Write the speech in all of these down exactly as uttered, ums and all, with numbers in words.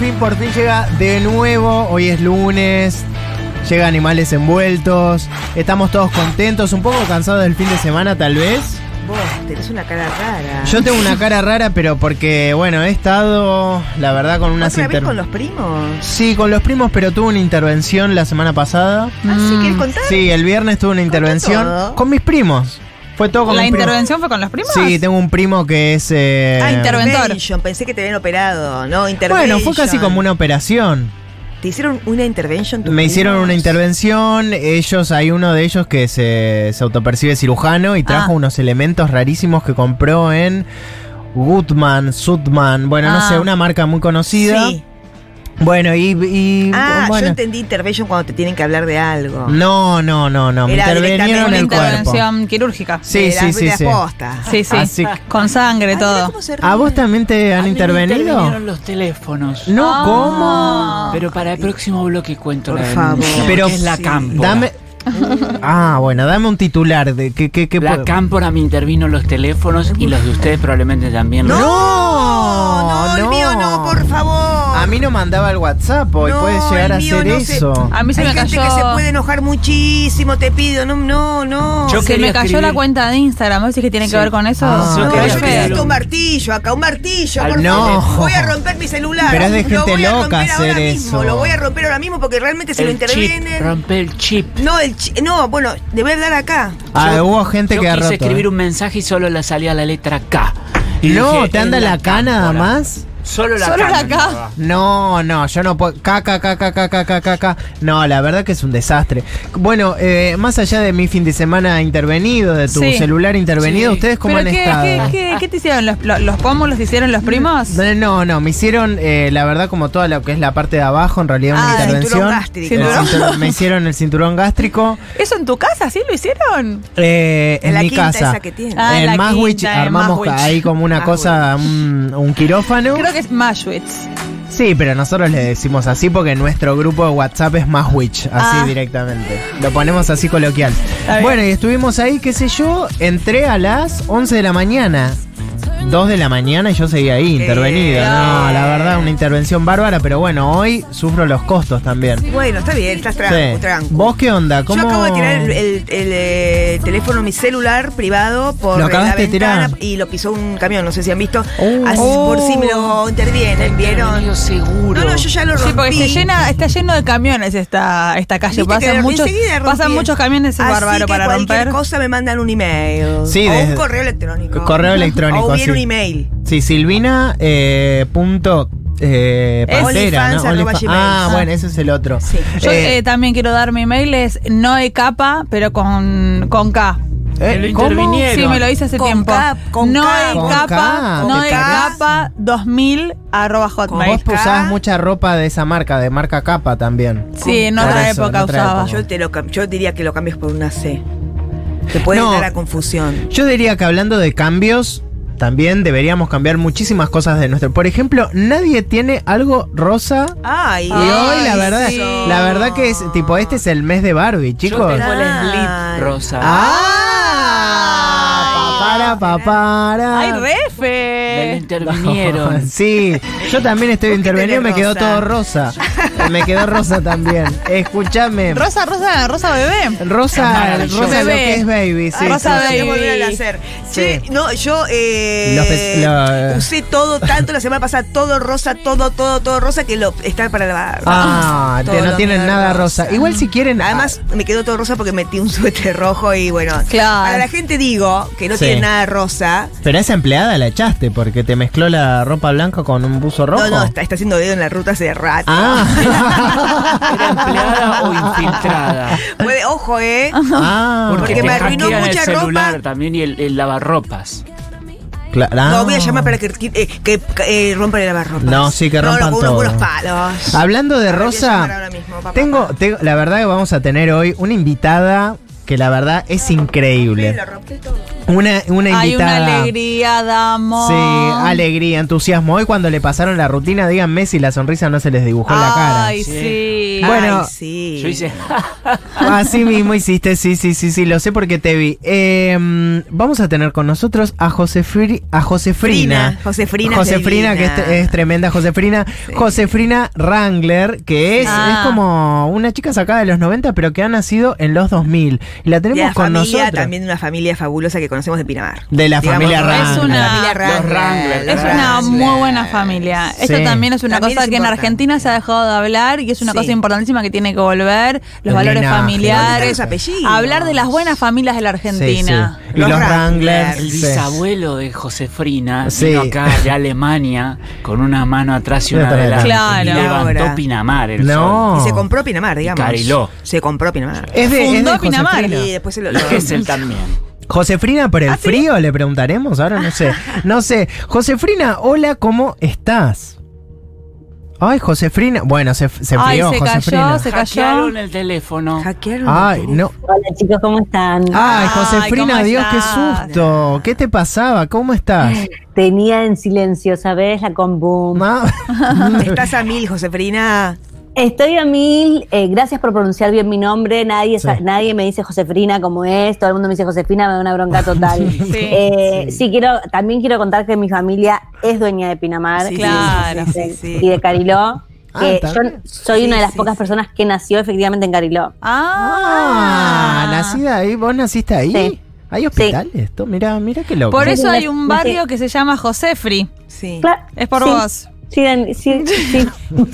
fin, por fin llega de nuevo. Hoy es lunes. Llega Animales Envueltos. Estamos todos contentos, un poco cansados del fin de semana tal vez. Vos tenés una cara rara. Yo tengo una cara rara, pero porque, bueno, he estado, la verdad, con unas... ¿Otra vez inter... con los primos? Sí, con los primos, pero tuve una intervención la semana pasada. ¿Ah, sí? ¿Quieres contar? Sí, el viernes tuve una intervención todo? con mis primos. Fue todo con ¿La mis intervención primos. fue con los primos? Sí, tengo un primo que es... Eh... Ah, interventor. intervention. Pensé que te habían operado, ¿no? Intervention. Bueno, fue casi como una operación. ¿Te hicieron una intervention? Me hicieron una intervención, ellos, hay uno de ellos que se, se autopercibe cirujano y trajo Ah. unos elementos rarísimos que compró en Goodman, Sudman, bueno, Ah. no sé, una marca muy conocida. Sí. Bueno, y... y Ah, bueno. yo entendí intervention cuando te tienen que hablar de algo. No, no, no, no, me Era intervinieron Una el cuerpo. intervención quirúrgica. Sí, De sí, las- sí, de las sí. postas. Sí, sí. Así- Con sangre, Ay, mira todo. cómo se ¿A ríe. vos también te han A mí me intervenido? intervinieron los teléfonos. No, Ah. ¿cómo? Pero para el próximo bloque cuento Por la favor. denuncia, Pero porque es la sí. cámpora. Dame... Ah, bueno, dame un titular de qué... qué, qué La puedo- cámpora me intervino los teléfonos y los de ustedes probablemente también. No, No, no, el no. mío no, por favor. A mí no mandaba el WhatsApp, hoy No, puede llegar el a mío hacer no se- eso. A mí se Hay me gente cayó. que se puede enojar muchísimo, te pido. No, no, no. Yo Se quería me cayó escribir- la cuenta de Instagram. ¿Vos decís que tiene Sí. que ver con eso? Ah. Yo No, quería yo escribir necesito un- un martillo acá, un martillo, por No. favor. Voy a romper mi celular. Pero es de Lo gente voy a loca romper hacer ahora eso. mismo, Lo voy a romper ahora mismo porque realmente se lo El chip, intervienen. rompe el chip. No, el chi- no, bueno, debe dar acá. Ah, Yo- hubo gente Yo que ha quise roto. escribir ¿eh? un mensaje y solo le salía la letra K. Y No, dije, ¿te es anda la K nada cámpora. más? Solo la Solo K. la no K. andaba. No, no, yo no puedo. K, K, K, K, K, K, K, K, K. No, la verdad que es un desastre. Bueno, eh, más allá de mi fin de semana intervenido, de tu Sí. celular intervenido, Sí. ¿ustedes cómo ¿Pero han qué, estado? qué, qué, qué te hicieron? ¿Los, los, los pomos los hicieron los primos? No, no, me hicieron, eh, la verdad, como toda lo que es la parte de abajo, en realidad una Ah, intervención. cinturón gástrico. El ¿Cinturón? cinturón- me hicieron el cinturón gástrico. ¿Eso en tu casa? ¿Sí lo hicieron? Eh, en En la mi quinta casa. esa que tiene. Ah, en en la Maswich quinta, en armamos Maswich. ahí como una Maswich. cosa, un, un quirófano. Creo que es Mashwitz. Sí, pero nosotros le decimos así porque nuestro grupo de WhatsApp es Maswich, así Ah. directamente. Lo ponemos así coloquial. Está bien. Bueno, y estuvimos ahí, qué sé yo, entré a las once de la mañana. dos de la mañana y yo seguía ahí, intervenido. bien. No, la verdad, una intervención bárbara, pero bueno, hoy sufro los costos también. Bueno, está bien, estás tranquilo. Sí. tranquilo. ¿Vos qué onda? ¿Cómo? Yo acabo de tirar el, el- el, eh, teléfono, mi celular privado por ¿Lo eh, la acabaste de ventana tirar? y lo pisó un camión, no sé si han visto. Oh. Así por si me lo intervienen, ¿vieron? Intervenido seguro. No, no, yo ya lo rompí. Sí, porque se llena, está lleno de camiones esta, esta calle. Viste que Pasan muchos, enseguida rompí. pasan muchos camiones, es Así bárbaro que para cualquier romper. cosa me mandan un email. Sí, o desde- un correo electrónico. Correo electrónico, O bien sí. un email. Sí, Silvina eh, punto eh, Es Pantera, ¿no? onlyfans arroba Onlyfans. gmail. Ah, Ah. bueno, ese es el otro. Sí. Yo Eh, eh, también quiero dar mi mail, es noecapa, pero con, con K. ¿eh? lo ¿Cómo? intervinieron. Sí, me lo hice hace Con tiempo. K, con K. Con Noecapa, K. noecapa dos mil arroba hotmail. Vos K. usabas mucha ropa de esa marca, de marca capa también. Sí, en Por otra eso, época en otra usaba. época. Yo, te lo, cam- yo diría que lo cambies por una C. Te puede No. dar a confusión. Yo diría que hablando de cambios, también deberíamos cambiar muchísimas cosas de nuestro. Por ejemplo, nadie tiene algo rosa. Ay, Y hoy la verdad, sí. la verdad que es tipo, este es el mes de Barbie, Yo chicos. tengo el Ay. slip rosa. Ah, papara, papara. ¡Ay, Me lo refe! intervinieron. Sí, yo también estoy ¿Vos qué intervenido, me tenés quedó rosa? todo rosa. Me quedó rosa también. Escúchame. Rosa, rosa, rosa bebé. Rosa, Maravilloso. rosa lo Bebé. que es baby, sí. Ay, Rosa sí, tengo sí. que baby. volver a hacer. Sí. Sí, no, yo eh, Los pes- lo- usé todo tanto la semana pasada, todo rosa, todo, todo, todo rosa, que lo está para lavar. Ah, Todo te- no lo tienen mío nada rosa. Igual si quieren. Además, me quedó todo rosa porque metí un suéter rojo y bueno. Claro. Para la gente digo que no Sí. tiene nada rosa. Pero a esa empleada la echaste porque te mezcló la ropa blanca con un buzo rojo. No, no, está, está haciendo dedo en la ruta hace rato. Ah. ¿Era empleada o infiltrada? Puede, ojo, ¿eh? Ah. Porque te me arruinó hackean mucha el celular ropa. también y el, el lavarropas. Cla- ah. No, voy a llamar para que, eh, que eh, rompan el lavarropas. No, sí, que No, rompan no, con todo. unos buenos palos. Hablando de Ahora voy a rosa, llamar ahora mismo, papá. tengo, tengo, la verdad que vamos a tener hoy una invitada que la verdad es Me increíble. lo rompí todo. Una, una Hay una invitada. alegría, damos. Sí, alegría, entusiasmo. Hoy cuando le pasaron la rutina, díganme si la sonrisa no se les dibujó en la cara. Ay, sí. Bueno, Ay, sí. Yo hice. Así mismo hiciste, sí, sí, sí, sí, lo sé porque te vi. Eh, vamos a tener con nosotros a Josefri, a Josefrina. Josefrina. Josefrina, que es, es tremenda Josefrina. Sí. Josefrina Wrangler, que es, Ah. es como una chica sacada de los noventa, pero que ha nacido en los dos mil. Y la De tenemos la con familia, nosotros. también de una familia fabulosa que conocemos de Pinamar. De la familia ¿no? Wrangler. Es una- La familia Los Wrangler, Es los una Wrangler. muy buena familia. Esto Sí. también es una También cosa es que en importante. Argentina se ha dejado de hablar y es una Sí. cosa importantísima que tiene que volver. Los El valores linaje. ¿Dónde están familiares. los apellidos? Hablar de las buenas familias de la Argentina. Sí, sí. Y Los los Wrangler. Wranglers. El sí. bisabuelo de Josefrina Sí. vino acá de Alemania con una mano atrás y Y una otra adelante. adelante. Y Claro. levantó Pinamar el No. Y se compró Pinamar, digamos. Cariló. Se compró Pinamar. Es de, es Fundó de Pinamar. Josefrina. Y después se lo. lo- sol. Es él también. Josefrina, por el ¿Ah, sí? frío le preguntaremos, ahora no sé. No sé. Josefrina, hola, ¿cómo estás? Ay, Josefrina. Bueno, se, se Ay, enfrió, se Josefrina. cayó, se cayó. Hackearon el teléfono. Hackearon. Ay, no. Hola chicos, ¿cómo están? Ay, Ay, Josefrina, ¿cómo Dios, qué estás? susto. ¿Qué te pasaba? ¿Cómo estás? Tenía en silencio, ¿sabes? La combo. Ma- Estás a mil, Josefrina. Estoy a mil, eh, gracias por pronunciar bien mi nombre, nadie, Sí. sa- nadie me dice Josefrina como es, todo el mundo me dice Josefina, me da una bronca total. Sí. Eh, sí. quiero, también quiero contar que mi familia es dueña de Pinamar Sí, y- claro. y, Sí, sí. y de Cariló, Ah, que está yo bien. soy Sí, una de las sí, pocas sí. personas que nació efectivamente en Cariló. Ah, Ah, nacida ahí, ¿vos naciste ahí? Sí. ¿Hay hospitales? Esto, mira, mira qué loco. Por eso hay Sí, un sí. barrio que se llama Josefri. Sí. Claro, Es por sí, vos. Sí, Dan- sí, sí.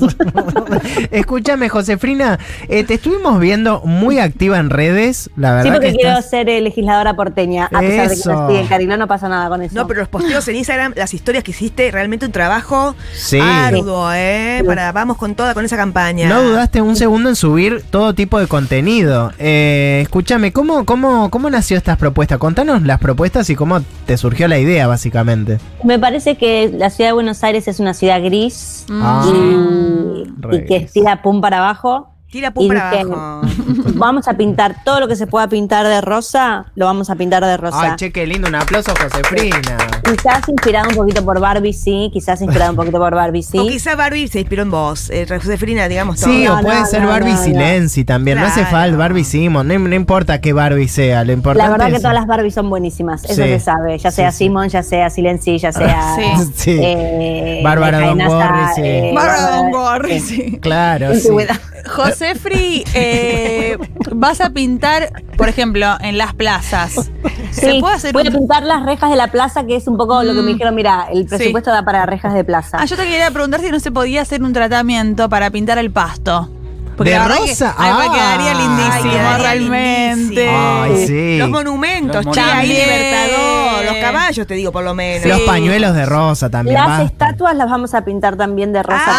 Escúchame, Josefrina, eh, te estuvimos viendo muy activa en redes, la verdad Sí, porque que quiero estás- ser eh, legisladora porteña, a pesar de que Eso. no estoy en Cariló, no pasa nada con eso. No, pero los posteos en Instagram, las historias que hiciste, realmente un trabajo Sí. arduo, ¿eh? Para, vamos con toda, con esa campaña. No dudaste un segundo en subir todo tipo de contenido. Eh, escúchame, ¿cómo, cómo, ¿cómo nació esta propuesta? Contanos las propuestas y cómo te surgió la idea, básicamente. Me parece que la ciudad de Buenos Aires es una ciudad gris Ah, y, re y que gris. tira pum para abajo. Tira pum Y para que- abajo. Vamos a pintar todo lo que se pueda pintar de rosa, lo vamos a pintar de rosa. Ay, che, qué lindo. Un aplauso, Josefrina. Quizás inspirado un poquito por Barbie, sí. Quizás inspirado un poquito por Barbie, O sí. quizá Barbie se inspiró en vos, eh, Josefina, digamos todo. Sí, No, o puede no, ser no, Barbie no, no. Silenzi también. No hace Claro. falta Barbie Simon. No, no importa qué Barbie sea. Lo importante La verdad que es- todas las Barbies son buenísimas, eso Sí. se sabe. Ya Sí, sea sí. Simon, ya sea Silenzi, ya sea. Sí. Sí. eh, Bárbara Jaina Dongorri, Sa- sí. eh, Bárbara Bárbara- Dongorri, sí. sí. Claro, sí. Antigüedad. Josefri, eh, vas a pintar, por ejemplo, en las plazas. ¿Se Sí, puede hacer voy a un- pintar las rejas de la plaza, que es un poco lo que Mm. me dijeron, mira, el presupuesto da para rejas de plaza. Ah, yo te quería preguntar si no se podía hacer un tratamiento para pintar el pasto. ¿De la verdad rosa? Que, ay, Ah. quedaría lindísimo, Ay, quedaría realmente. lindísimo. Ay, sí. Los monumentos, Los che, ahí monumentos. Libertador, los caballos, te digo, por lo menos. Sí. Los pañuelos de rosa también. Las basta. estatuas las vamos a pintar también de rosa.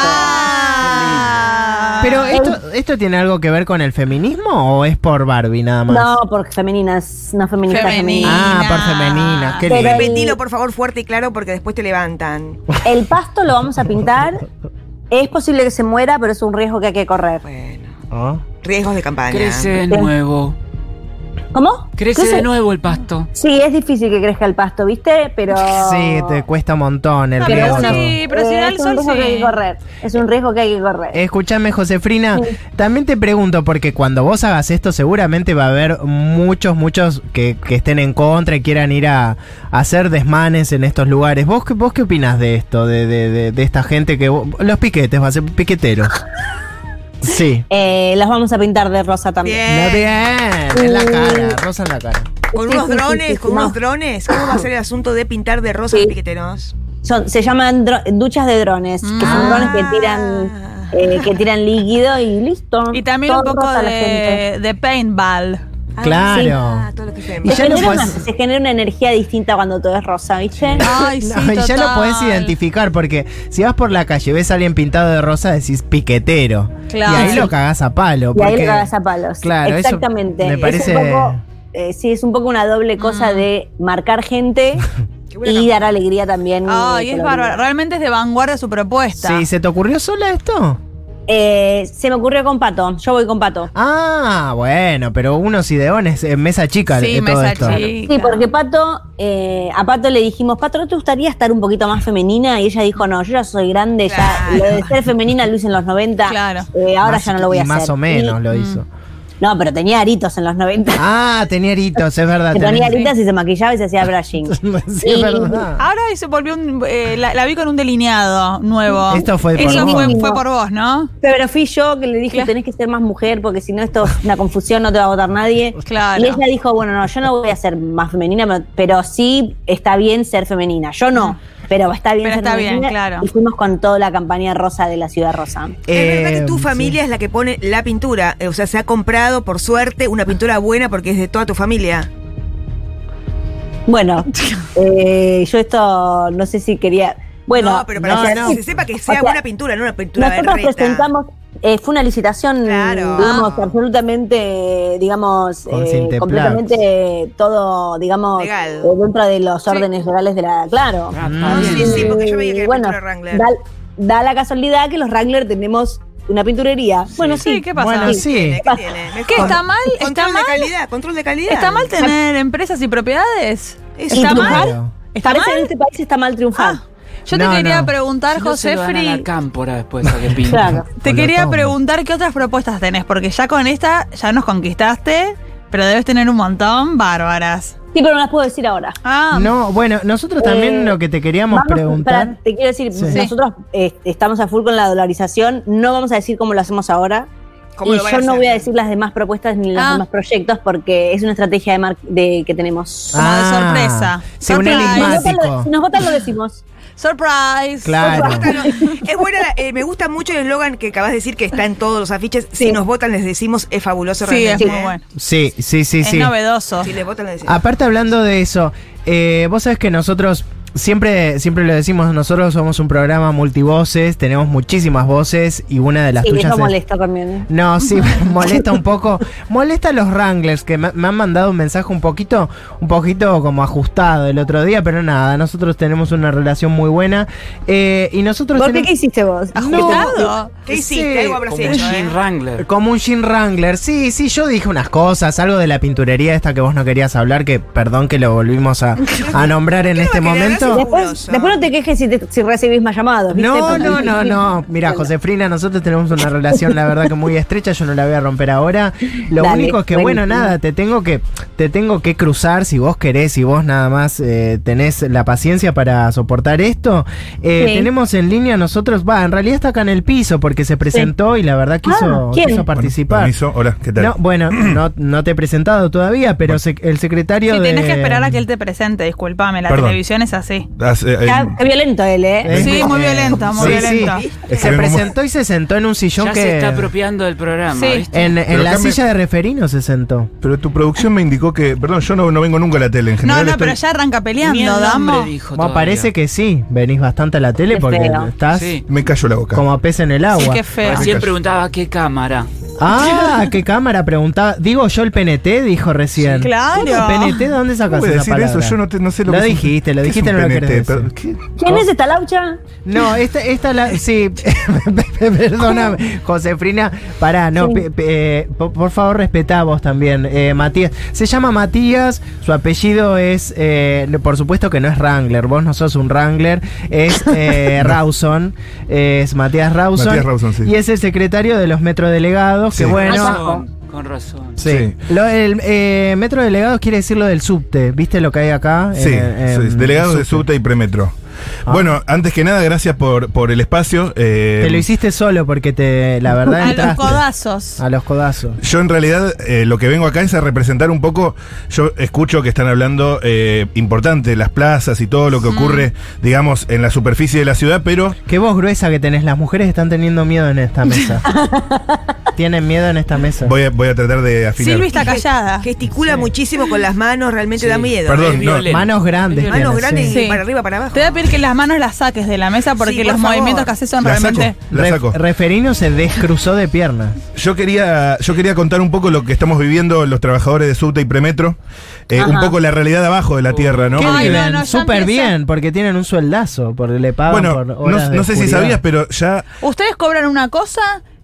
Ah, Pero esto, ¿esto tiene algo que ver con el feminismo o es por Barbie nada más? No, porque femeninas, no feministas, Femenina. femeninas. Ah, por femenina. Qué Pero lindo. el- Repetilo, por favor, fuerte y claro, porque después te levantan. El pasto lo vamos a pintar. Es posible que se muera, pero es un riesgo que hay que correr. Bueno, Oh. riesgos de campaña. Crece de Sí. nuevo. ¿Cómo? Crece ¿Qué de se- nuevo el pasto. Sí, es difícil que crezca el pasto, ¿viste? Pero. Sí, te cuesta un montón el No, Pero pero riesgo. sí, pero si eh, da el es un sol, riesgo que hay sí. que correr. Es un riesgo que hay que correr. Escúchame, Josefrina, también te pregunto, porque cuando vos hagas esto seguramente va a haber muchos, muchos que, que estén en contra y quieran ir a, a hacer desmanes en estos lugares. ¿Vos, qué- vos qué opinás de esto, de, de, de, de esta gente que... Los piquetes, va a ser piqueteros. Sí. Eh, las vamos a pintar de rosa también. Bien. No, bien, en la cara, rosa en la cara. Con Sí, unos sí, sí, drones, sí, con no. unos drones. ¿Cómo va a ser el asunto de pintar de rosa Sí. los piqueteros? Son- se llaman dro- duchas de drones, que son Ah. drones que tiran, eh, que tiran líquido y listo. Y también un Todo poco rosa la gente. de, de paintball. Ah, Claro. sí. Ah, todo lo que se Y Se ya no genera, podés- una, se genera una energía distinta cuando todo es rosa, ¿viste? Ay, sí, No, y ya lo total. podés identificar, porque si vas por la calle, ves a alguien pintado de rosa, decís piquetero. Claro. Y ahí Sí. lo cagás a palo. Y ahí porque- lo cagas a palos. Claro, eso exactamente. me parece- Es un poco, eh, sí, es un poco una doble cosa Mm. de marcar gente Qué buena y campaña. dar alegría también. Ay, eh, es colorida. bárbaro. Realmente es de vanguardia su propuesta. Sí, ¿se te ocurrió sola esto? Eh, se me ocurrió con Pato. Yo voy con Pato. Ah, bueno, pero unos ideones en mesa chica. Sí, de todo mesa esto. chica. Sí, porque Pato, eh, a Pato le dijimos, Pato, ¿no te gustaría estar un poquito más femenina? Y ella dijo, no, yo ya soy grande, Claro. ya lo de ser femenina lo hice en los noventa. Claro. Eh, ahora Más- ya no lo voy a y hacer. Más o menos Y- lo hizo. No, pero tenía aritos en los noventa. Ah, tenía aritos, es verdad. Se ponía tenés- aritas y se maquillaba y se hacía brushing. Sí, es Y- verdad. Ahora se volvió un. eh, la, la vi con un delineado nuevo. Esto fue por Eso vos. fue, fue por vos, ¿no? Pero fui yo que le dije, Claro. tenés que ser más mujer porque si no esto es una confusión, no te va a votar nadie. Claro. Y ella dijo, bueno, no, yo no voy a ser más femenina, pero- pero sí está bien ser femenina. Yo no, pero está bien Pero ser está bien, femenina. claro. Y fuimos con toda la campaña rosa de la Ciudad Rosa. Es verdad que tu Eh, familia es la que pone la pintura. eh, O sea, se ha comprado, por suerte, una pintura buena porque es de toda tu familia. Bueno, eh, yo esto no sé si quería... Bueno, no, pero para no, que no. se sepa que sea sea, buena pintura, no una pintura nosotros berreta. presentamos, eh, fue una licitación, Claro. digamos, Ah. absolutamente, digamos, Con eh, Cinteplast. completamente todo, digamos, Legal. eh, dentro de los órdenes legales de la, claro. Ah, Mm. está Sí, bien. sí, porque yo veía que Y era bueno, pintura Wrangler. Da, da la casualidad que los Wrangler tenemos una pinturería. Bueno, sí. Sí, ¿qué pasa? Bueno, ¿Qué sí. tiene? ¿Qué tiene? Mejor. ¿Qué está mal? ¿Está Control mal? de calidad, control de calidad. ¿Está mal tener empresas y propiedades? Eso ¿Está Y mal? triunfar. ¿Está Parece mal? que en este país está mal triunfar. Ah, yo No, te quería no. preguntar, Si no, se José lo dan a la Fri. cámpora después a que pinta. Claro. Te Con lo quería tomo. preguntar qué otras propuestas tenés, porque ya con esta ya nos conquistaste, pero debes tener un montón bárbaras. Sí, pero no las puedo decir ahora. Ah, No, bueno, nosotros también Eh, lo que te queríamos Vamos, preguntar. pará, te quiero decir, Sí. nosotros eh, estamos a full con la dolarización, no vamos a decir cómo lo hacemos ahora. ¿Cómo Y lo van yo a no hacer? voy a decir las demás propuestas ni los Ah. demás proyectos porque es una estrategia de, mar- de que tenemos. Como de sorpresa. Sí, un Surprise. Si nos votan, enigmático. lo, si nos votan, lo decimos. surprise. Claro. Votanos. Es buena, la- eh, me gusta mucho el eslogan que acabas de decir que está en todos los afiches. Si nos votan, les decimos, es fabuloso Sí, es realmente. muy ¿eh? bueno. Sí, sí, sí, Es sí. novedoso. Si les votan, les decimos. Aparte, hablando de eso, eh, vos sabés que nosotros siempre, siempre lo decimos, nosotros somos un programa multivoces, tenemos muchísimas voces y una de las Sí, tuyas eso es- molesta también. No, sí, molesta un poco. Molesta a los Wranglers, que me, me han mandado un mensaje un poquito, un poquito como ajustado el otro día, pero nada, nosotros tenemos una relación muy buena. Eh, y nosotros ¿Por qué? tenemos- ¿Qué hiciste vos? ¿Ajustado? ¿Qué hiciste? Sí, Algo habrás Como un hecho, Jean ¿eh? Wrangler. Como un Jean Wrangler, sí, sí, yo dije unas cosas, algo de la pinturería esta que vos no querías hablar, que perdón que lo volvimos a, a nombrar en ¿Qué este no va a querer? momento. Después- Después, después no te quejes si, te- si recibís más llamados. ¿viste? No, Porque- no, no, no. Mira, Josefrina, nosotros tenemos una relación, la verdad que muy estrecha. Yo no la voy a romper ahora. Lo Dale, único es que, bueno, buenísimo. nada, te tengo que, te tengo que cruzar si vos querés, si vos nada más eh, tenés la paciencia para soportar esto. Eh, Sí. Tenemos en línea nosotros, va, en realidad está acá en el piso porque se presentó y la verdad quiso, Ah, ¿quién? quiso participar. Permiso, hola, ¿qué tal? No, bueno, no, no te he presentado todavía, pero Bueno. sec- el secretario Sí, de. tenés que esperar a que él te presente, discúlpame, la Perdón. televisión es así. Hace- eh, Qué, qué violento él, ¿eh? Eh, Sí, muy eh, violento, muy sí, violento. sí. Es que Se vengo muy- presentó y se sentó en un sillón Ya que. se está apropiando del programa, Sí. ¿viste? En, en Pero la acá me- silla de referino se sentó. Pero tu producción me indicó que. Perdón, yo no, no vengo nunca a la tele. En No, general no, estoy- pero ya arranca Ni el peleando, nombre Damo. dijo Bueno, todavía. parece que sí, venís bastante a la tele Qué porque feo. estás Sí. Me callo la boca. como pez en el agua. Sí, qué feo. Recién preguntaba qué cámara. Ah, qué cámara preguntaba. Digo yo el P N T, dijo recién. Claro. ¿Cómo P N T? ¿De dónde ¿Cómo sacas voy a esa decir palabra? eso? Yo no, te- no sé lo, Lo que es un- dijiste, lo ¿qué es dijiste, un no lo P N T? querés Pero, decir. ¿qué? ¿Quién es esta laucha? No, esta, esta la. Sí, perdóname, Josefrina. Pará, no, Sí. pe- pe- eh, por, por favor, respetá vos también. Eh, Matías. Se llama Matías, su apellido es. eh, por supuesto que no es Wrangler, vos no sos un Wrangler, es eh, Rawson. Es Matías Rawson. Matías Rawson, sí. Y es el secretario de los metrodelegados, Sí. que bueno. Ah, Razón, con razón. Sí. Sí. Lo- el eh, metro delegados quiere decir lo del subte. ¿Viste lo que hay acá? Sí, En- en sí, delegados de subte. Subte y Premetro. Ah. Bueno, antes que nada, gracias por, por el espacio. eh, Te lo hiciste solo porque te, la verdad, A los entraste. codazos. A los codazos. Yo en realidad eh, lo que vengo acá es a representar un poco, yo escucho que están hablando eh, importante, las plazas y todo lo que ocurre, digamos, en la superficie de la ciudad, pero Qué voz gruesa que tenés. Las mujeres están teniendo miedo en esta mesa. Tienen miedo en esta mesa. voy a, voy a tratar de afinar. Silvi está callada. Gesticula muchísimo con las manos, realmente Sí. da miedo. Perdón, Es no, violento. Manos grandes. Manos Manos tiene, grandes sí. y Sí. para arriba, para abajo. Te voy a pedir que las manos las saques de la mesa porque Sí, los por favor. movimientos que haces son La saco, realmente. la Ref- saco. Referino se descruzó de pierna. Yo quería, yo quería contar un poco lo que estamos viviendo los trabajadores de Subte y Premetro, eh, un Ajá. poco la realidad abajo de la tierra, ¿no? ¿Qué Ay, viven? no, no, ya Súper empieza. bien, porque tienen un sueldazo, porque le pagan Bueno, por no, horas de no sé si oscuridad. sabías, pero ya Ustedes cobran una cosa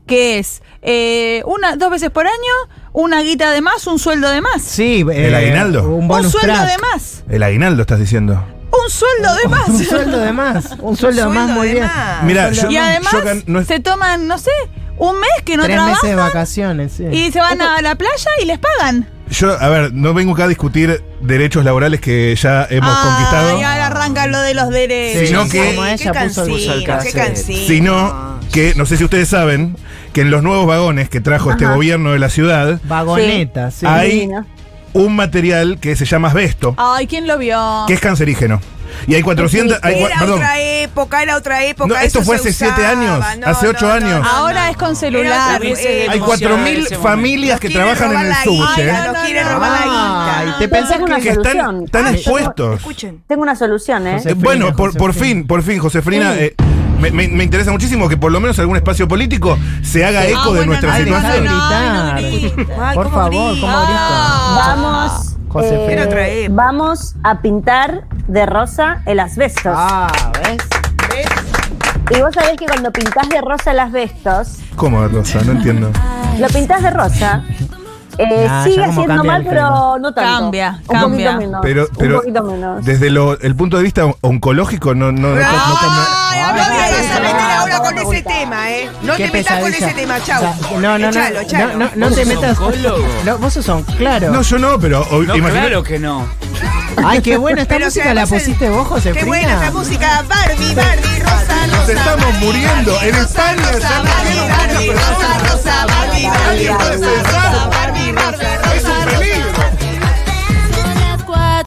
que es eh, una dos veces por año, una guita de más, un sueldo de más. Sí, ¿El aguinaldo? Un Un bonus sueldo track. de más. El aguinaldo estás diciendo. Un sueldo de más. Un sueldo de más. Un sueldo de más, Sueldo muy de bien. más. Mira, Un sueldo yo, Y de más. además yo can- no es- se toman, no sé, un mes que no Tres trabajan meses de vacaciones, sí. y se van a la playa y les pagan. yo, a ver, no vengo acá a discutir derechos laborales que ya hemos Ah, conquistado, y ahora arranca lo de los derechos. Sino Sí, que- qué Como ella puso el- cansino, puso el qué cassette. cansino. sino que, no sé si ustedes saben, que en los nuevos vagones que trajo este Ajá. gobierno de la ciudad, Vagoneta, sí. Hay- Divino. un material que se llama asbesto, Ay, ¿quién lo vio? que es cancerígeno. Y hay cuatrocientos, hay, cua- Era perdón, otra época, era otra época. No, esto eso fue se hace siete usaba. años, No, hace no, ocho no, años. no, Ahora no. es con Era celular. otra Hubiese época. hay cuatro mil ese familias Nos que quieren trabajan en robar el la subte, guita, Ay, nos no, quieren no, robar la Ay, guita. ¿te pensás Tengo una que están, solución. están Ah, yo- expuestos. Escuchen. Tengo una solución, ¿eh? José- Eh, bueno, Josefrina, por, por Josefrina. fin, por fin, Josefrina, Sí. eh, me, me- me interesa muchísimo que por lo menos algún espacio político se haga eco Ah, de bueno, nuestra no, Ay, no, dejá situación. de no, gritar. no, no grites. Ay, Por cómo favor, grita. ¿cómo grita? Ah. Vamos, Josefrina. eh, Era otra época. vamos a pintar de rosa el asbestos. Ah, ¿ves? Y vos sabés que cuando pintás de rosa el asbestos, ¿Cómo, Rosa? No entiendo. lo pintás de rosa, eh, Ah, sigue ya como siendo cambia mal, el pero clima. no tanto. Cambia, un cambia. poquito menos. Pero, pero un poquito menos. desde lo- el punto de vista oncológico no, no, no, no cambia. Ay, no Ay, te vas a ay, meter ay, ahora ay, con ay, ese ay, tema, ¿eh? No Qué te metas con pesadilla. ese tema, chau. O sea, no, no, no, Echalo, echalo. no, no, no ¿Vos te sos metas. oncólogo? No, vos sos un, claro. No, yo no, pero hoy, No, imagínate- claro que no. Ay, qué buena esta Pero música que la además el- pusiste vos, Josefrina. Qué buena esta música. Barbie, Barbie, rosa, Nos rosa, estamos Barbie, muriendo. Barbie, En rosa, España rosa, están Barbie, muriendo Barbie, muchas rosa, personas. rosa, Barbie, Barbie, Alguien puede rosa, pensar. rosa, Barbie, rosa, Es un rosa, peligro.